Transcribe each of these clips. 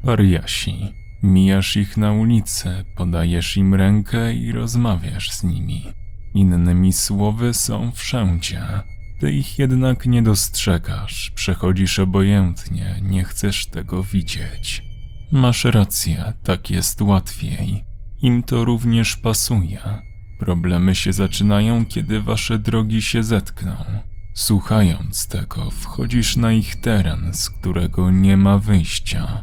Pariasi. Mijasz ich na ulicy, podajesz im rękę i rozmawiasz z nimi. Innymi słowy, są wszędzie. Ty ich jednak nie dostrzegasz, przechodzisz obojętnie, nie chcesz tego widzieć. Masz rację, tak jest łatwiej. Im to również pasuje. Problemy się zaczynają, kiedy wasze drogi się zetkną. Słuchając tego, wchodzisz na ich teren, z którego nie ma wyjścia.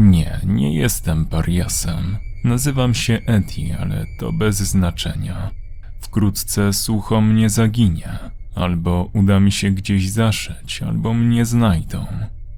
Nie jestem pariasem. Nazywam się Eddie, ale to bez znaczenia. Wkrótce sucho mnie zaginie. Albo uda mi się gdzieś zaszyć, albo mnie znajdą.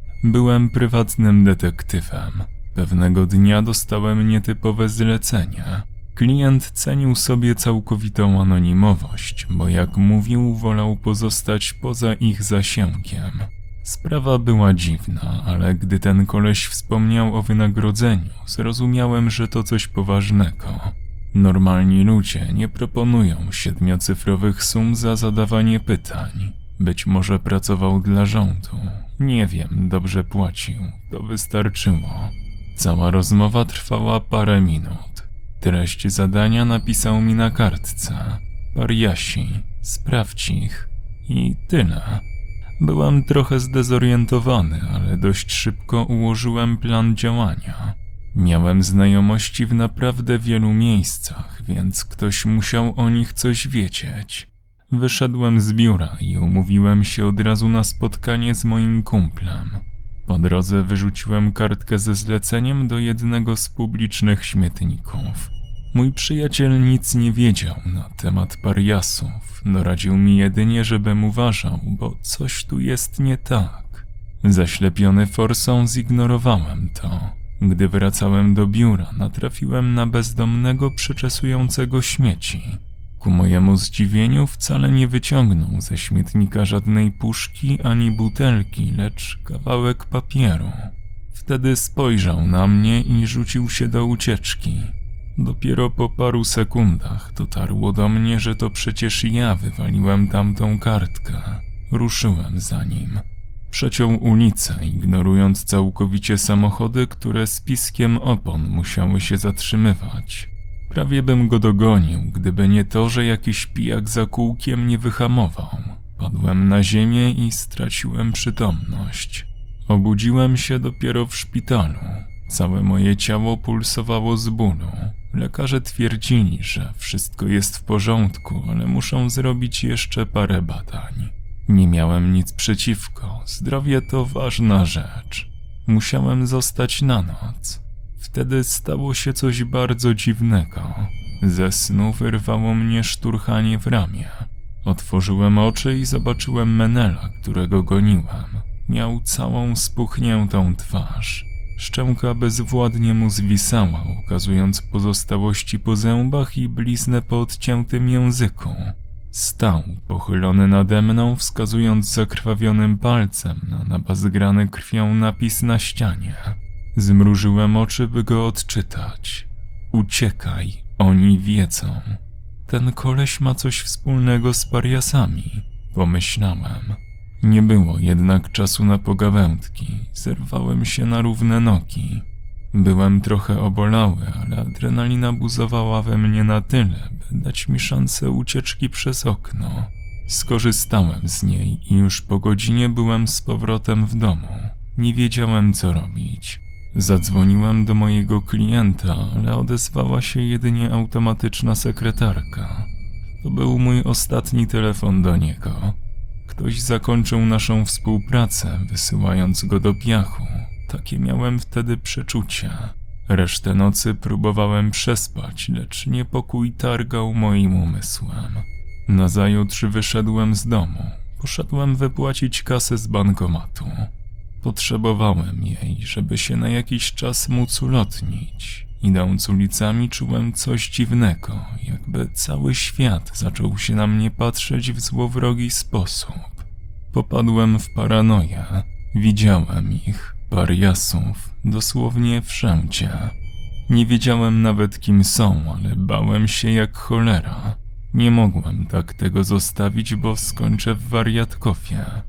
Byłem prywatnym detektywem. Pewnego dnia dostałem nietypowe zlecenie. Klient cenił sobie całkowitą anonimowość, bo jak mówił, wolał pozostać poza ich zasięgiem. Sprawa była dziwna, ale gdy ten koleś wspomniał o wynagrodzeniu, zrozumiałem, że to coś poważnego. Normalni ludzie nie proponują 7-cyfrowych sum za zadawanie pytań. Być może pracował dla rządu. Nie wiem, dobrze płacił. To wystarczyło. Cała rozmowa trwała parę minut. Treść zadania napisał mi na kartce. Pariasi, sprawdź ich. I tyle. Byłem trochę zdezorientowany, ale dość szybko ułożyłem plan działania. Miałem znajomości w naprawdę wielu miejscach, więc ktoś musiał o nich coś wiedzieć. Wyszedłem z biura i umówiłem się od razu na spotkanie z moim kumplem. Po drodze wyrzuciłem kartkę ze zleceniem do jednego z publicznych śmietników. Mój przyjaciel nic nie wiedział na temat pariasów. Doradził mi jedynie, żebym uważał, bo coś tu jest nie tak. Zaślepiony forsą zignorowałem to. Gdy wracałem do biura, natrafiłem na bezdomnego przeczesującego śmieci. Ku mojemu zdziwieniu wcale nie wyciągnął ze śmietnika żadnej puszki ani butelki, lecz kawałek papieru. Wtedy spojrzał na mnie i rzucił się do ucieczki. Dopiero po paru sekundach dotarło do mnie, że to przecież ja wywaliłem tamtą kartkę. Ruszyłem za nim. Przeciął ulicę, ignorując całkowicie samochody, które z piskiem opon musiały się zatrzymywać. Prawie bym go dogonił, gdyby nie to, że jakiś pijak za kółkiem nie wyhamował. Padłem na ziemię i straciłem przytomność. Obudziłem się dopiero w szpitalu. Całe moje ciało pulsowało z bólu. Lekarze twierdzili, że wszystko jest w porządku, ale muszą zrobić jeszcze parę badań. Nie miałem nic przeciwko, zdrowie to ważna rzecz. Musiałem zostać na noc. Wtedy stało się coś bardzo dziwnego. Ze snu wyrwało mnie szturchanie w ramię. Otworzyłem oczy i zobaczyłem Menela, którego goniłem. Miał całą spuchniętą twarz. Szczęka bezwładnie mu zwisała, ukazując pozostałości po zębach i bliznę po odciętym języku. Stał, pochylony nade mną, wskazując zakrwawionym palcem na nabazgrany krwią napis na ścianie. Zmrużyłem oczy, by go odczytać. Uciekaj, oni wiedzą. Ten koleś ma coś wspólnego z pariasami, pomyślałem. Nie było jednak czasu na pogawędki, zerwałem się na równe nogi. Byłem trochę obolały, ale adrenalina buzowała we mnie na tyle, by dać mi szansę ucieczki przez okno. Skorzystałem z niej i już po godzinie byłem z powrotem w domu. Nie wiedziałem, co robić. Zadzwoniłem do mojego klienta, ale odezwała się jedynie automatyczna sekretarka. To był mój ostatni telefon do niego. Ktoś zakończył naszą współpracę, wysyłając go do piachu. Takie miałem wtedy przeczucie. Resztę nocy próbowałem przespać, lecz niepokój targał moim umysłem. Nazajutrz wyszedłem z domu. Poszedłem wypłacić kasę z bankomatu. Potrzebowałem jej, żeby się na jakiś czas móc ulotnić. Idąc ulicami czułem coś dziwnego, jakby cały świat zaczął się na mnie patrzeć w złowrogi sposób. Popadłem w paranoję. Widziałem ich, pariasów, dosłownie wszędzie. Nie wiedziałem nawet, kim są, ale bałem się jak cholera. Nie mogłem tak tego zostawić, bo skończę w wariatkowie.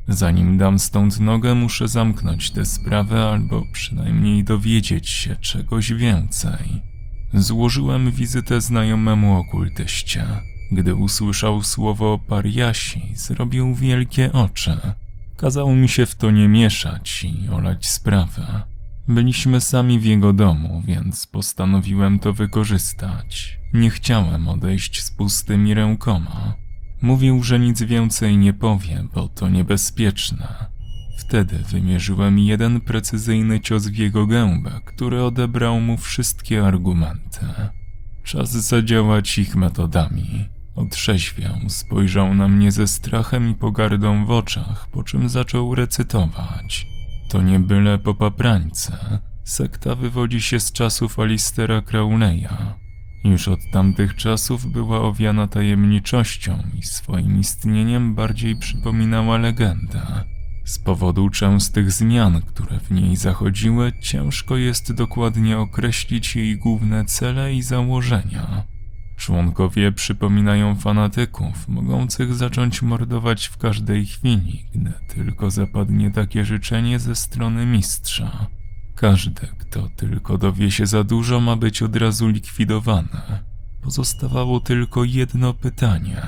Zanim dam stąd nogę, muszę zamknąć tę sprawę albo przynajmniej dowiedzieć się czegoś więcej. Złożyłem wizytę znajomemu okultyście. Gdy usłyszał słowo pariasi, zrobił wielkie oczy. Kazał mi się w to nie mieszać i olać sprawę. Byliśmy sami w jego domu, więc postanowiłem to wykorzystać. Nie chciałem odejść z pustymi rękoma. Mówił, że nic więcej nie powie, bo to niebezpieczne. Wtedy wymierzyłem jeden precyzyjny cios w jego gębę, który odebrał mu wszystkie argumenty. Czas zadziałać ich metodami. Otrzeźwiał, spojrzał na mnie ze strachem i pogardą w oczach, po czym zaczął recytować. To nie byle popaprańce. Sekta wywodzi się z czasów Alistera Crowley'a. Już od tamtych czasów była owiana tajemniczością i swoim istnieniem bardziej przypominała legendę. Z powodu częstych zmian, które w niej zachodziły, ciężko jest dokładnie określić jej główne cele i założenia. Członkowie przypominają fanatyków, mogących zacząć mordować w każdej chwili, gdy tylko zapadnie takie życzenie ze strony mistrza. Każdy, kto tylko dowie się za dużo, ma być od razu likwidowany. Pozostawało tylko jedno pytanie.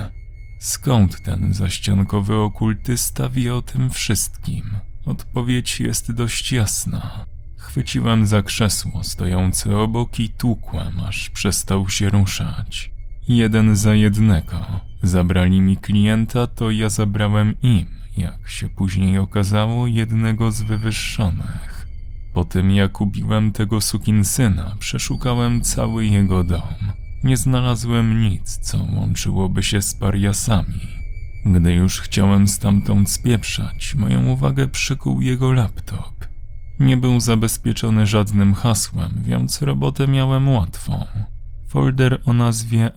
Skąd ten zaściankowy okultysta wie o tym wszystkim? Odpowiedź jest dość jasna. Chwyciłem za krzesło stojące obok i tłukłem, aż przestał się ruszać. Jeden za jednego. Zabrali mi klienta, to ja zabrałem im, jak się później okazało, jednego z wywyższonych. Po tym jak ubiłem tego sukinsyna, przeszukałem cały jego dom. Nie znalazłem nic, co łączyłoby się z pariasami. Gdy już chciałem stamtąd spieprzać, moją uwagę przykuł jego laptop. Nie był zabezpieczony żadnym hasłem, więc robotę miałem łatwą. Folder o nazwie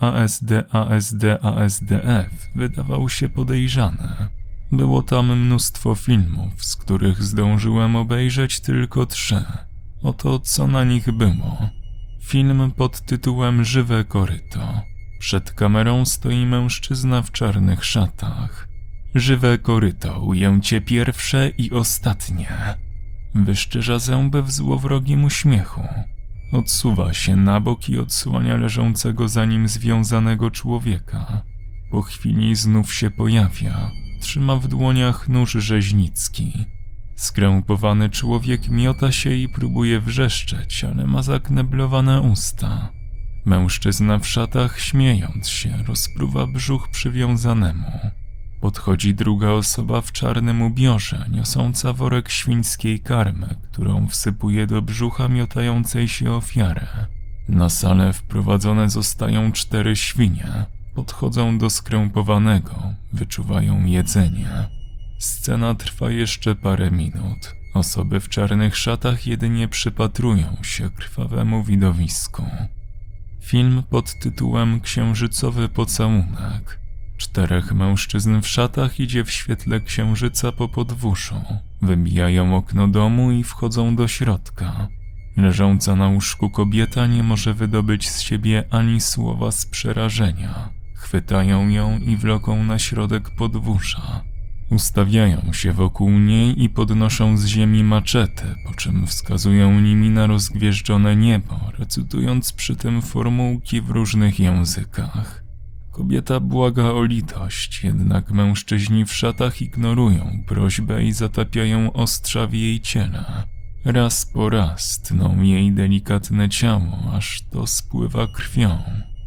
ASDF wydawał się podejrzany. Było tam mnóstwo filmów, z których zdążyłem obejrzeć tylko 3. Oto co na nich było. Film pod tytułem Żywe koryto. Przed kamerą stoi mężczyzna w czarnych szatach. Żywe koryto, ujęcie pierwsze i ostatnie. Wyszczerza zęby w złowrogim uśmiechu. Odsuwa się na bok i odsłania leżącego za nim związanego człowieka. Po chwili znów się pojawia. Trzyma w dłoniach nóż rzeźnicki. Skrępowany człowiek miota się i próbuje wrzeszczeć, ale ma zakneblowane usta. Mężczyzna w szatach, śmiejąc się, rozpruwa brzuch przywiązanemu. Podchodzi druga osoba w czarnym ubiorze, niosąca worek świńskiej karmy, którą wsypuje do brzucha miotającej się ofiary. Na salę wprowadzone zostają 4 świnie. Podchodzą do skrępowanego, wyczuwają jedzenie. Scena trwa jeszcze parę minut. Osoby w czarnych szatach jedynie przypatrują się krwawemu widowisku. Film pod tytułem Księżycowy pocałunek. 4 mężczyzn w szatach idzie w świetle księżyca po podwórzu. Wybijają okno domu i wchodzą do środka. Leżąca na łóżku kobieta nie może wydobyć z siebie ani słowa z przerażenia. Chwytają ją i wloką na środek podwórza. Ustawiają się wokół niej i podnoszą z ziemi maczety, po czym wskazują nimi na rozgwieżdżone niebo, recytując przy tym formułki w różnych językach. Kobieta błaga o litość, jednak mężczyźni w szatach ignorują prośbę i zatapiają ostrza w jej ciele. Raz po raz tną jej delikatne ciało, aż to spływa krwią.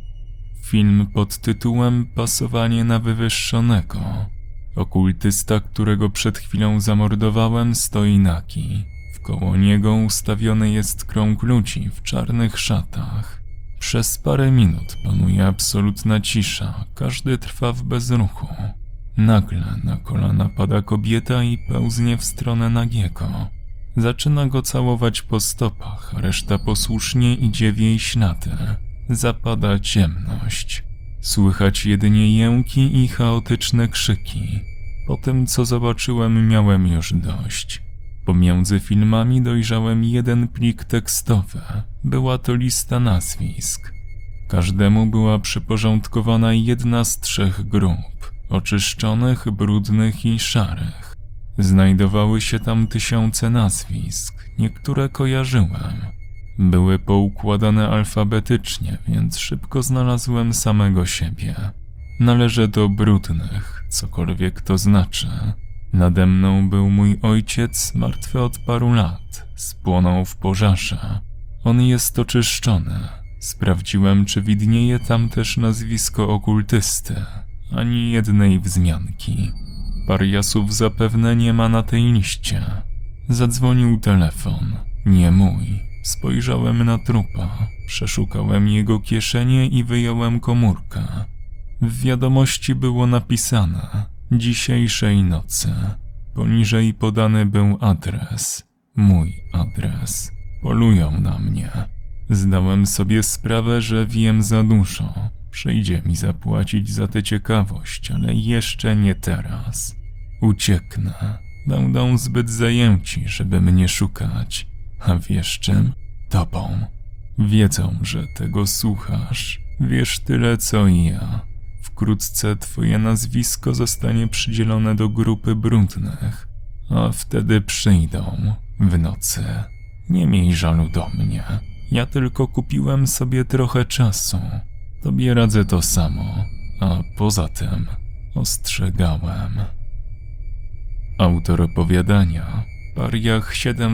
Film pod tytułem Pasowanie na wywyższonego. Okultysta, którego przed chwilą zamordowałem, stoi nagi. Wkoło niego ustawiony jest krąg ludzi w czarnych szatach. Przez parę minut panuje absolutna cisza, każdy trwa w bezruchu. Nagle na kolana pada kobieta i pełznie w stronę nagiego. Zaczyna go całować po stopach, a reszta posłusznie idzie w jej ślady. Zapada ciemność. Słychać jedynie jęki i chaotyczne krzyki. Po tym, co zobaczyłem, miałem już dość. Pomiędzy filmami dojrzałem jeden plik tekstowy. Była to lista nazwisk. Każdemu była przyporządkowana jedna z 3 grup. Oczyszczonych, brudnych i szarych. Znajdowały się tam tysiące nazwisk, niektóre kojarzyłem. Były poukładane alfabetycznie, więc szybko znalazłem samego siebie. Należę do brudnych, cokolwiek to znaczy. Nade mną był mój ojciec, martwy od paru lat, spłonął w pożarze. On jest oczyszczony. Sprawdziłem, czy widnieje tam też nazwisko okultysty. Ani jednej wzmianki. Pariasów zapewne nie ma na tej liście. Zadzwonił telefon, nie mój. Spojrzałem na trupa, przeszukałem jego kieszenie i wyjąłem komórkę. W wiadomości było napisane: dzisiejszej nocy. Poniżej podany był adres. Mój adres. Polują na mnie. Zdałem sobie sprawę, że wiem za dużo. Przyjdzie mi zapłacić za tę ciekawość, ale jeszcze nie teraz. Ucieknę. Będą zbyt zajęci, żeby mnie szukać. A wiesz czym? Tobą. Wiedzą, że tego słuchasz. Wiesz tyle, co i ja. Wkrótce twoje nazwisko zostanie przydzielone do grupy brudnych, a wtedy przyjdą w nocy. Nie miej żalu do mnie. Ja tylko kupiłem sobie trochę czasu. Tobie radzę to samo, a poza tym ostrzegałem. Autor opowiadania Pariach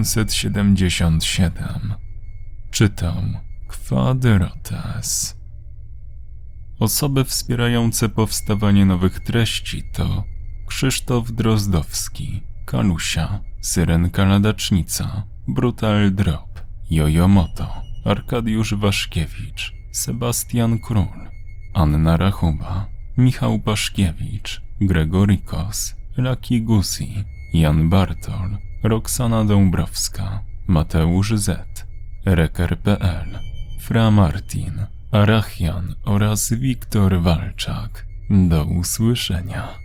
777. Czytał Kwadrates. Osoby wspierające powstawanie nowych treści to Krzysztof Drozdowski, Kalusia, Syrenka Ladacznica, Brutal Drop, Jojomoto, Arkadiusz Waszkiewicz, Sebastian Król, Anna Rachuba, Michał Paszkiewicz, Gregorikos, Lucky Guzi, Jan Bartol, Roxana Dąbrowska, Mateusz Z, Reker.pl, Fra Martin, Arachian oraz Wiktor Walczak. Do usłyszenia.